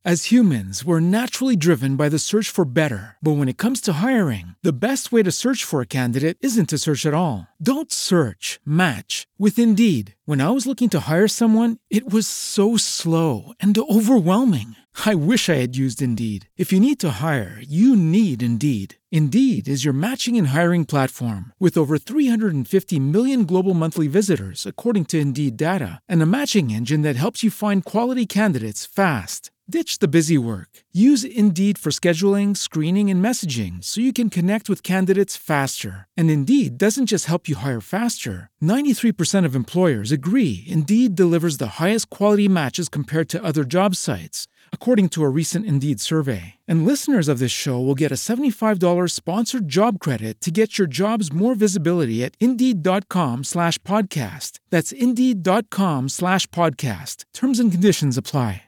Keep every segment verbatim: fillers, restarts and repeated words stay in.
As humans, we're naturally driven by the search for better. But when it comes to hiring, the best way to search for a candidate isn't to search at all. Don't search, match with Indeed. When I was looking to hire someone, it was so slow and overwhelming. I wish I had used Indeed. If you need to hire, you need Indeed. Indeed is your matching and hiring platform with over three hundred fifty million global monthly visitors, according to Indeed data, and a matching engine that helps you find quality candidates fast. Ditch the busy work. Use Indeed for scheduling, screening, and messaging so you can connect with candidates faster. And Indeed doesn't just help you hire faster. ninety-three percent of employers agree Indeed delivers the highest quality matches compared to other job sites, according to a recent Indeed survey. And listeners of this show will get a seventy-five dollars sponsored job credit to get your jobs more visibility at Indeed.com slash podcast. That's Indeed.com slash podcast. Terms and conditions apply.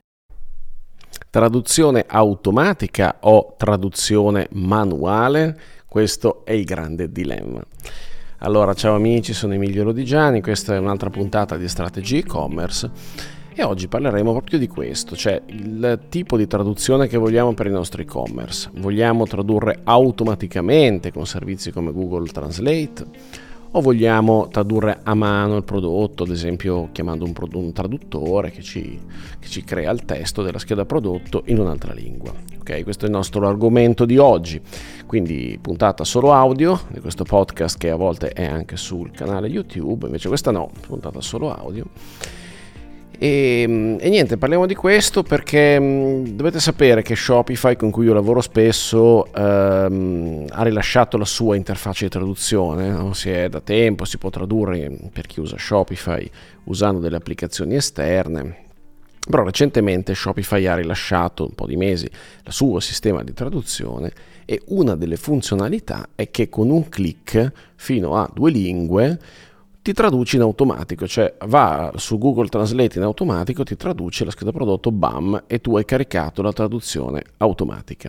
Traduzione automatica o traduzione manuale? Questo è il grande dilemma. Allora, ciao amici, sono Emilio Lodigiani, questa è un'altra puntata di Strategy E-Commerce e oggi parleremo proprio di questo, cioè il tipo di traduzione che vogliamo per i nostri e-commerce. Vogliamo tradurre automaticamente con servizi come Google Translate o vogliamo tradurre a mano il prodotto, ad esempio chiamando un, produ- un traduttore che ci, che ci crea il testo della scheda prodotto in un'altra lingua. Ok, questo è il nostro argomento di oggi, quindi puntata solo audio di questo podcast che a volte è anche sul canale YouTube, invece questa no, puntata solo audio. E, e niente, parliamo di questo perché mh, dovete sapere che Shopify, con cui io lavoro spesso, ehm, ha rilasciato la sua interfaccia di traduzione, no? Si è da tempo, si può tradurre per chi usa Shopify usando delle applicazioni esterne, però recentemente Shopify ha rilasciato un po' di mesi il suo sistema di traduzione e una delle funzionalità è che con un click fino a due lingue ti traduci in automatico, cioè va su Google Translate in automatico, ti traduce la scheda prodotto, bam, e tu hai caricato la traduzione automatica.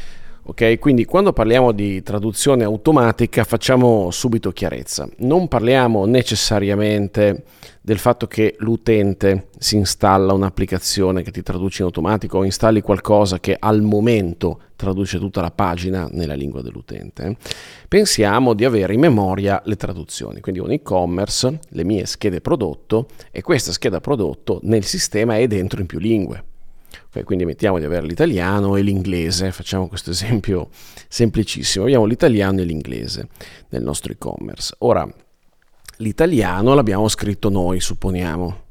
Ok, quindi quando parliamo di traduzione automatica facciamo subito chiarezza. Non parliamo necessariamente del fatto che l'utente si installa un'applicazione che ti traduce in automatico o installi qualcosa che al momento traduce tutta la pagina nella lingua dell'utente. Pensiamo di avere in memoria le traduzioni, quindi un e-commerce, le mie schede prodotto e questa scheda prodotto nel sistema è dentro in più lingue. Okay, quindi mettiamo di avere l'italiano e l'inglese, facciamo questo esempio semplicissimo, abbiamo l'italiano e l'inglese nel nostro e-commerce. Ora, l'italiano l'abbiamo scritto noi, supponiamo.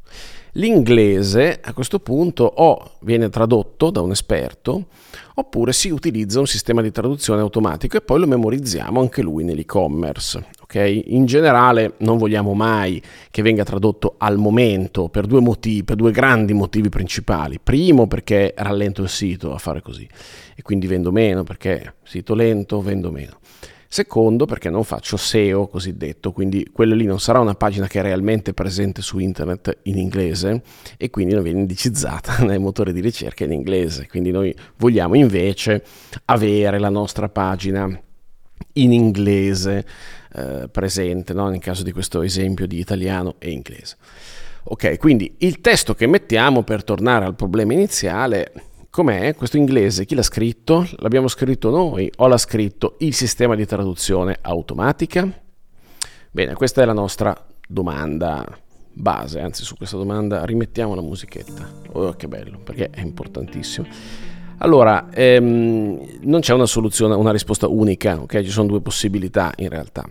L'inglese a questo punto o viene tradotto da un esperto oppure si utilizza un sistema di traduzione automatico e poi lo memorizziamo anche lui nell'e-commerce. Okay? In generale non vogliamo mai che venga tradotto al momento per due motivi, per due grandi motivi principali. Primo, perché rallento il sito a fare così e quindi vendo meno, perché sito lento vendo meno. Secondo, perché non faccio S E O cosiddetto, quindi quella lì non sarà una pagina che è realmente presente su internet in inglese e quindi non viene indicizzata nel motore di ricerca in inglese. Quindi noi vogliamo invece avere la nostra pagina in inglese eh, presente, no? Nel caso di questo esempio di italiano e inglese. Ok, quindi il testo che mettiamo, per tornare al problema iniziale, com'è? Questo inglese chi l'ha scritto? L'abbiamo scritto noi o l'ha scritto il sistema di traduzione automatica? Bene, questa è la nostra domanda base, anzi su questa domanda rimettiamo la musichetta. Oh, che bello, perché è importantissimo. Allora, ehm, non c'è una soluzione, una risposta unica, ok? Ci sono due possibilità in realtà.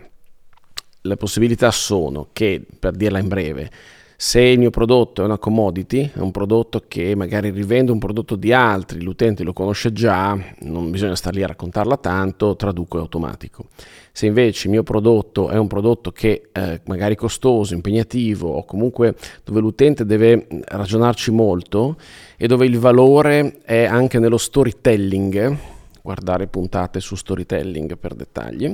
Le possibilità sono che, per dirla in breve, se il mio prodotto è una commodity, è un prodotto che magari rivende un prodotto di altri, l'utente lo conosce già, non bisogna star lì a raccontarla tanto, traduco è automatico. Se invece il mio prodotto è un prodotto che eh, magari costoso, impegnativo o comunque dove l'utente deve ragionarci molto e dove il valore è anche nello storytelling, guardare puntate su storytelling per dettagli,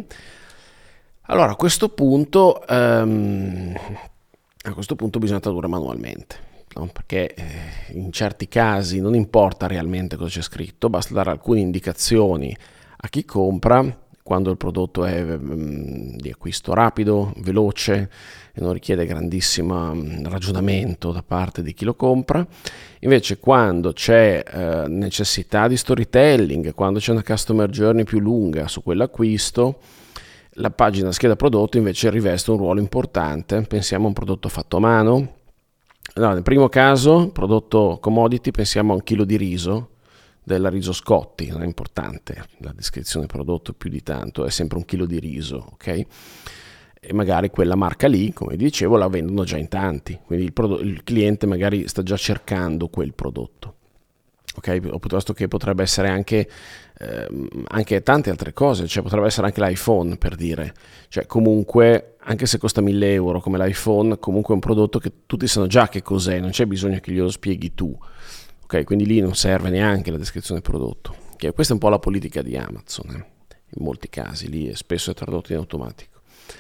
allora a questo punto... Um, A questo punto bisogna tradurre manualmente, no? Perché eh, in certi casi non importa realmente cosa c'è scritto, basta dare alcune indicazioni a chi compra, quando il prodotto è um, di acquisto rapido, veloce e non richiede grandissimo um, ragionamento da parte di chi lo compra. Invece quando c'è uh, necessità di storytelling, quando c'è una customer journey più lunga su quell'acquisto, la pagina scheda prodotto invece riveste un ruolo importante. Pensiamo a un prodotto fatto a mano. No, nel primo caso, prodotto commodity, pensiamo a un chilo di riso della Riso Scotti, non è importante la descrizione prodotto più di tanto, è sempre un chilo di riso, ok? E magari quella marca lì, come dicevo, la vendono già in tanti, quindi il, prodotto, il cliente magari sta già cercando quel prodotto, ok? O piuttosto che potrebbe essere anche, ehm, anche tante altre cose, cioè potrebbe essere anche l'iPhone, per dire, cioè comunque anche se costa mille euro come l'iPhone, comunque è un prodotto che tutti sanno già che cos'è, non c'è bisogno che glielo spieghi tu. Ok, quindi lì non serve neanche la descrizione del prodotto. Okay, questa è un po' la politica di Amazon, eh? In molti casi, lì è spesso è tradotto in automatico.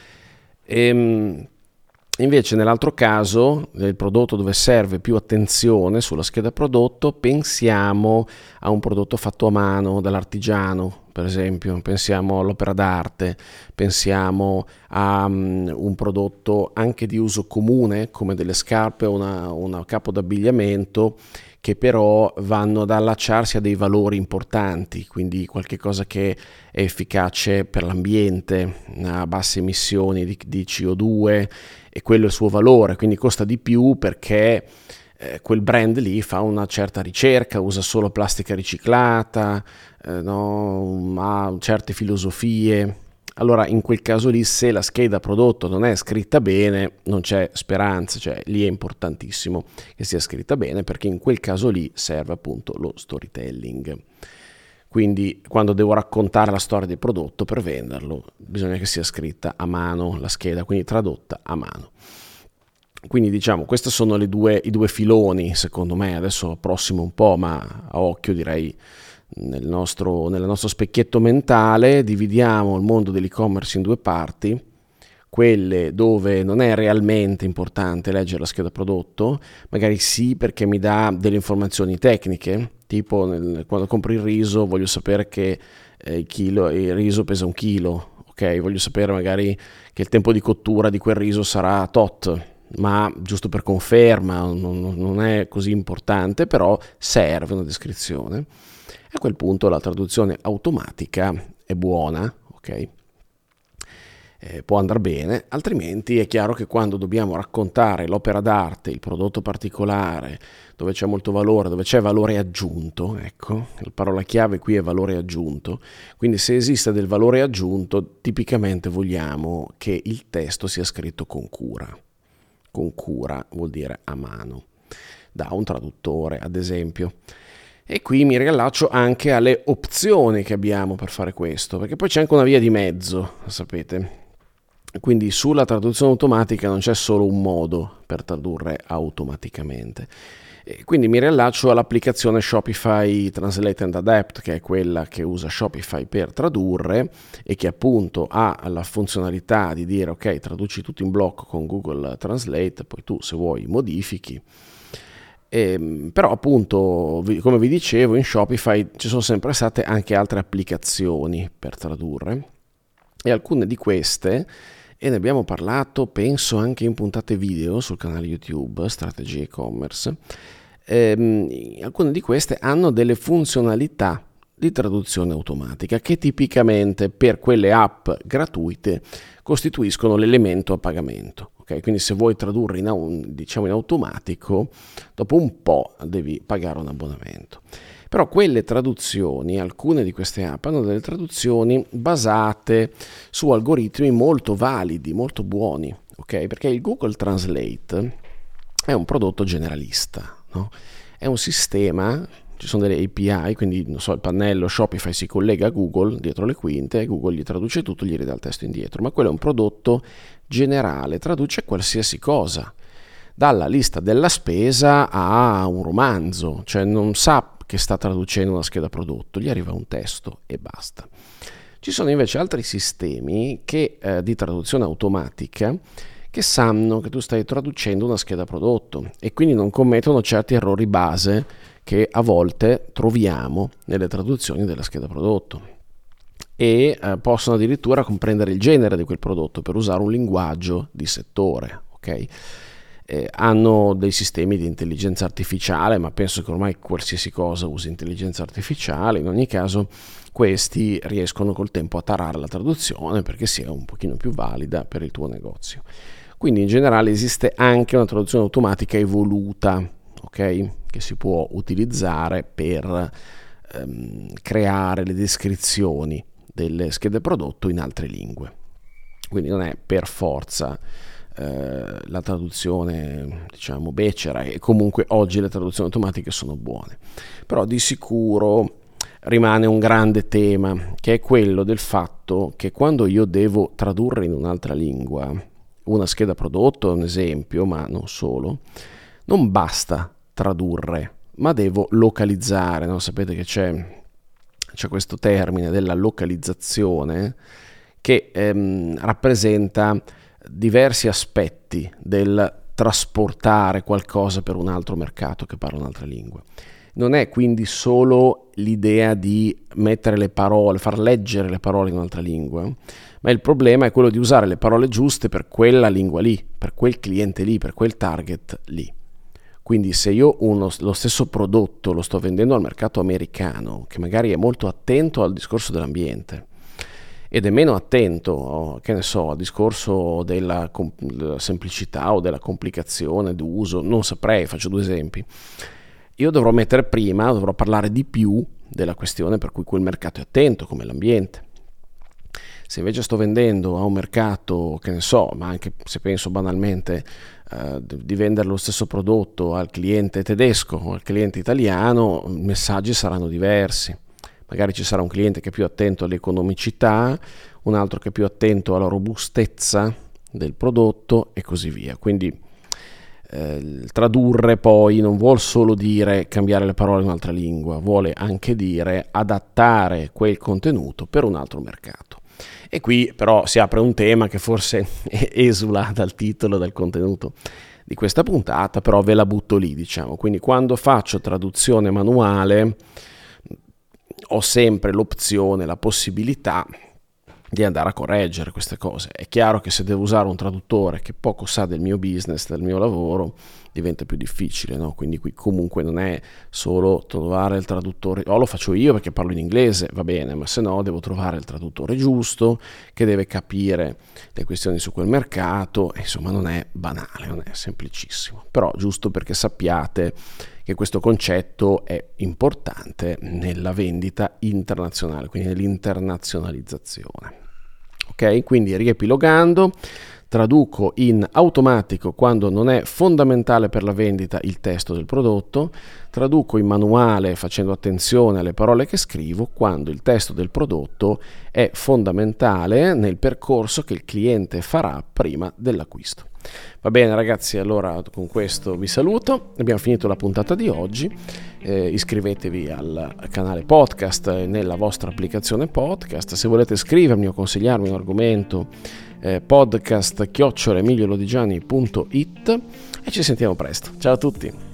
E, invece nell'altro caso, nel prodotto dove serve più attenzione sulla scheda prodotto, pensiamo a un prodotto fatto a mano dall'artigiano, per esempio, pensiamo all'opera d'arte, pensiamo a um, un prodotto anche di uso comune, come delle scarpe o una, una capo d'abbigliamento, che però vanno ad allacciarsi a dei valori importanti, quindi qualche cosa che è efficace per l'ambiente, a basse emissioni di, di C O due, e quello è il suo valore, quindi costa di più perché eh, quel brand lì fa una certa ricerca, usa solo plastica riciclata, eh, no, ha certe filosofie. Allora in quel caso lì, se la scheda prodotto non è scritta bene, non c'è speranza, cioè lì è importantissimo che sia scritta bene, perché in quel caso lì serve appunto lo storytelling. Quindi quando devo raccontare la storia del prodotto per venderlo, bisogna che sia scritta a mano la scheda, quindi tradotta a mano. Quindi diciamo, questi sono le due, i due filoni, secondo me. Adesso approssimo un po', ma a occhio direi nel nostro, nel nostro specchietto mentale dividiamo il mondo dell'e-commerce in due parti: quelle dove non è realmente importante leggere la scheda prodotto, magari sì perché mi dà delle informazioni tecniche, tipo nel, quando compro il riso voglio sapere che eh, il, chilo, il riso pesa un chilo, ok? Voglio sapere magari che il tempo di cottura di quel riso sarà tot, ma giusto per conferma, non, non è così importante, però serve una descrizione. A quel punto la traduzione automatica è buona, ok? Eh, può andare bene, altrimenti è chiaro che quando dobbiamo raccontare l'opera d'arte, il prodotto particolare, dove c'è molto valore, dove c'è valore aggiunto, ecco, la parola chiave qui è valore aggiunto, quindi se esiste del valore aggiunto, tipicamente vogliamo che il testo sia scritto con cura. Con cura vuol dire a mano, da un traduttore, ad esempio. E qui mi riallaccio anche alle opzioni che abbiamo per fare questo, perché poi c'è anche una via di mezzo, sapete. Quindi sulla traduzione automatica non c'è solo un modo per tradurre automaticamente. E quindi mi riallaccio all'applicazione Shopify Translate and Adapt, che è quella che usa Shopify per tradurre e che appunto ha la funzionalità di dire ok, traduci tutto in blocco con Google Translate, poi tu se vuoi modifichi. Eh, però appunto, come vi dicevo, in Shopify ci sono sempre state anche altre applicazioni per tradurre, e alcune di queste, e ne abbiamo parlato penso anche in puntate video sul canale YouTube Strategy E-commerce, ehm, alcune di queste hanno delle funzionalità di traduzione automatica che tipicamente per quelle app gratuite costituiscono l'elemento a pagamento. Okay, quindi se vuoi tradurre in, diciamo in automatico, dopo un po' devi pagare un abbonamento. Però quelle traduzioni, alcune di queste app hanno delle traduzioni basate su algoritmi molto validi, molto buoni, okay? Perché il Google Translate è un prodotto generalista, no? È un sistema, ci sono delle A P I, quindi non so, il pannello Shopify si collega a Google dietro le quinte, Google gli traduce tutto, gli ridà il testo indietro, ma quello è un prodotto generale, traduce qualsiasi cosa, dalla lista della spesa a un romanzo, cioè non sa che sta traducendo una scheda prodotto, gli arriva un testo e basta. Ci sono invece altri sistemi che, eh, di traduzione automatica che sanno che tu stai traducendo una scheda prodotto e quindi non commettono certi errori base che a volte troviamo nelle traduzioni della scheda prodotto. e eh, possono addirittura comprendere il genere di quel prodotto per usare un linguaggio di settore, ok? Eh, hanno dei sistemi di intelligenza artificiale, ma penso che ormai qualsiasi cosa usi intelligenza artificiale. In ogni caso, questi riescono col tempo a tarare la traduzione perché sia un pochino più valida per il tuo negozio. Quindi in generale esiste anche una traduzione automatica evoluta, ok? Che si può utilizzare per ehm, creare le descrizioni delle schede prodotto in altre lingue. Quindi non è per forza eh, la traduzione, diciamo, becera, e comunque oggi le traduzioni automatiche sono buone. Però di sicuro rimane un grande tema, che è quello del fatto che quando io devo tradurre in un'altra lingua una scheda prodotto, è un esempio, ma non solo, non basta tradurre, ma devo localizzare, no? Sapete che c'è, c'è questo termine della localizzazione che ehm, rappresenta diversi aspetti del trasportare qualcosa per un altro mercato che parla un'altra lingua. Non è quindi solo l'idea di mettere le parole, far leggere le parole in un'altra lingua, ma il problema è quello di usare le parole giuste per quella lingua lì, per quel cliente lì, per quel target lì. Quindi se io uno, lo stesso prodotto lo sto vendendo al mercato americano, che magari è molto attento al discorso dell'ambiente ed è meno attento, che ne so, al discorso della, della semplicità o della complicazione d'uso, non saprei, faccio due esempi. Io dovrò mettere prima, dovrò parlare di più della questione per cui quel mercato è attento, come l'ambiente. Se invece sto vendendo a un mercato, che ne so, ma anche se penso banalmente eh, di vendere lo stesso prodotto al cliente tedesco o al cliente italiano, i messaggi saranno diversi. Magari ci sarà un cliente che è più attento all'economicità, un altro che è più attento alla robustezza del prodotto e così via. Quindi eh, tradurre poi non vuol solo dire cambiare le parole in un'altra lingua, vuole anche dire adattare quel contenuto per un altro mercato. E qui però si apre un tema che forse esula dal titolo, dal contenuto di questa puntata, però ve la butto lì, diciamo. Quindi quando faccio traduzione manuale ho sempre l'opzione, la possibilità di andare a correggere queste cose. È chiaro che se devo usare un traduttore che poco sa del mio business, del mio lavoro, diventa più difficile, no? Quindi qui comunque non è solo trovare il traduttore, o lo faccio io perché parlo in inglese, va bene, ma se no devo trovare il traduttore giusto che deve capire le questioni su quel mercato, e insomma non è banale, non è semplicissimo, però giusto perché sappiate che questo concetto è importante nella vendita internazionale, quindi nell'internazionalizzazione. Ok, quindi riepilogando, traduco in automatico quando non è fondamentale per la vendita il testo del prodotto, traduco in manuale facendo attenzione alle parole che scrivo quando il testo del prodotto è fondamentale nel percorso che il cliente farà prima dell'acquisto. Va bene ragazzi, allora con questo vi saluto, abbiamo finito la puntata di oggi, eh, iscrivetevi al canale podcast nella vostra applicazione podcast, se volete scrivermi o consigliarmi un argomento eh, podcast chiocciola emilio lodigiani punto it e ci sentiamo presto, ciao a tutti.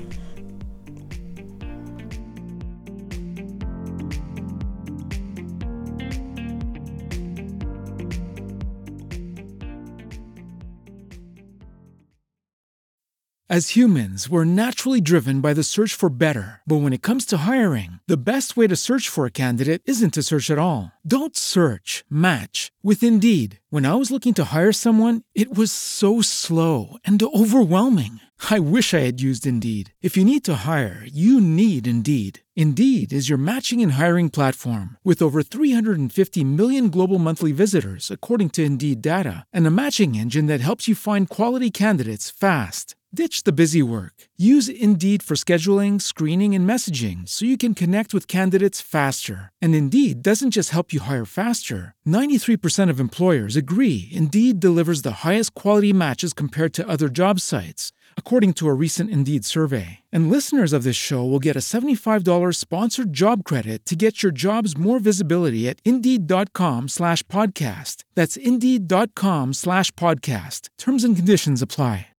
As humans, we're naturally driven by the search for better. But when it comes to hiring, the best way to search for a candidate isn't to search at all. Don't search, match with Indeed. When I was looking to hire someone, it was so slow and overwhelming. I wish I had used Indeed. If you need to hire, you need Indeed. Indeed is your matching and hiring platform with over three hundred fifty million global monthly visitors, according to Indeed data, and a matching engine that helps you find quality candidates fast. Ditch the busy work. Use Indeed for scheduling, screening, and messaging so you can connect with candidates faster. And Indeed doesn't just help you hire faster. ninety-three percent of employers agree Indeed delivers the highest quality matches compared to other job sites, according to a recent Indeed survey. And listeners of this show will get a seventy-five dollars sponsored job credit to get your jobs more visibility at Indeed.com slash podcast. That's Indeed.com slash podcast. Terms and conditions apply.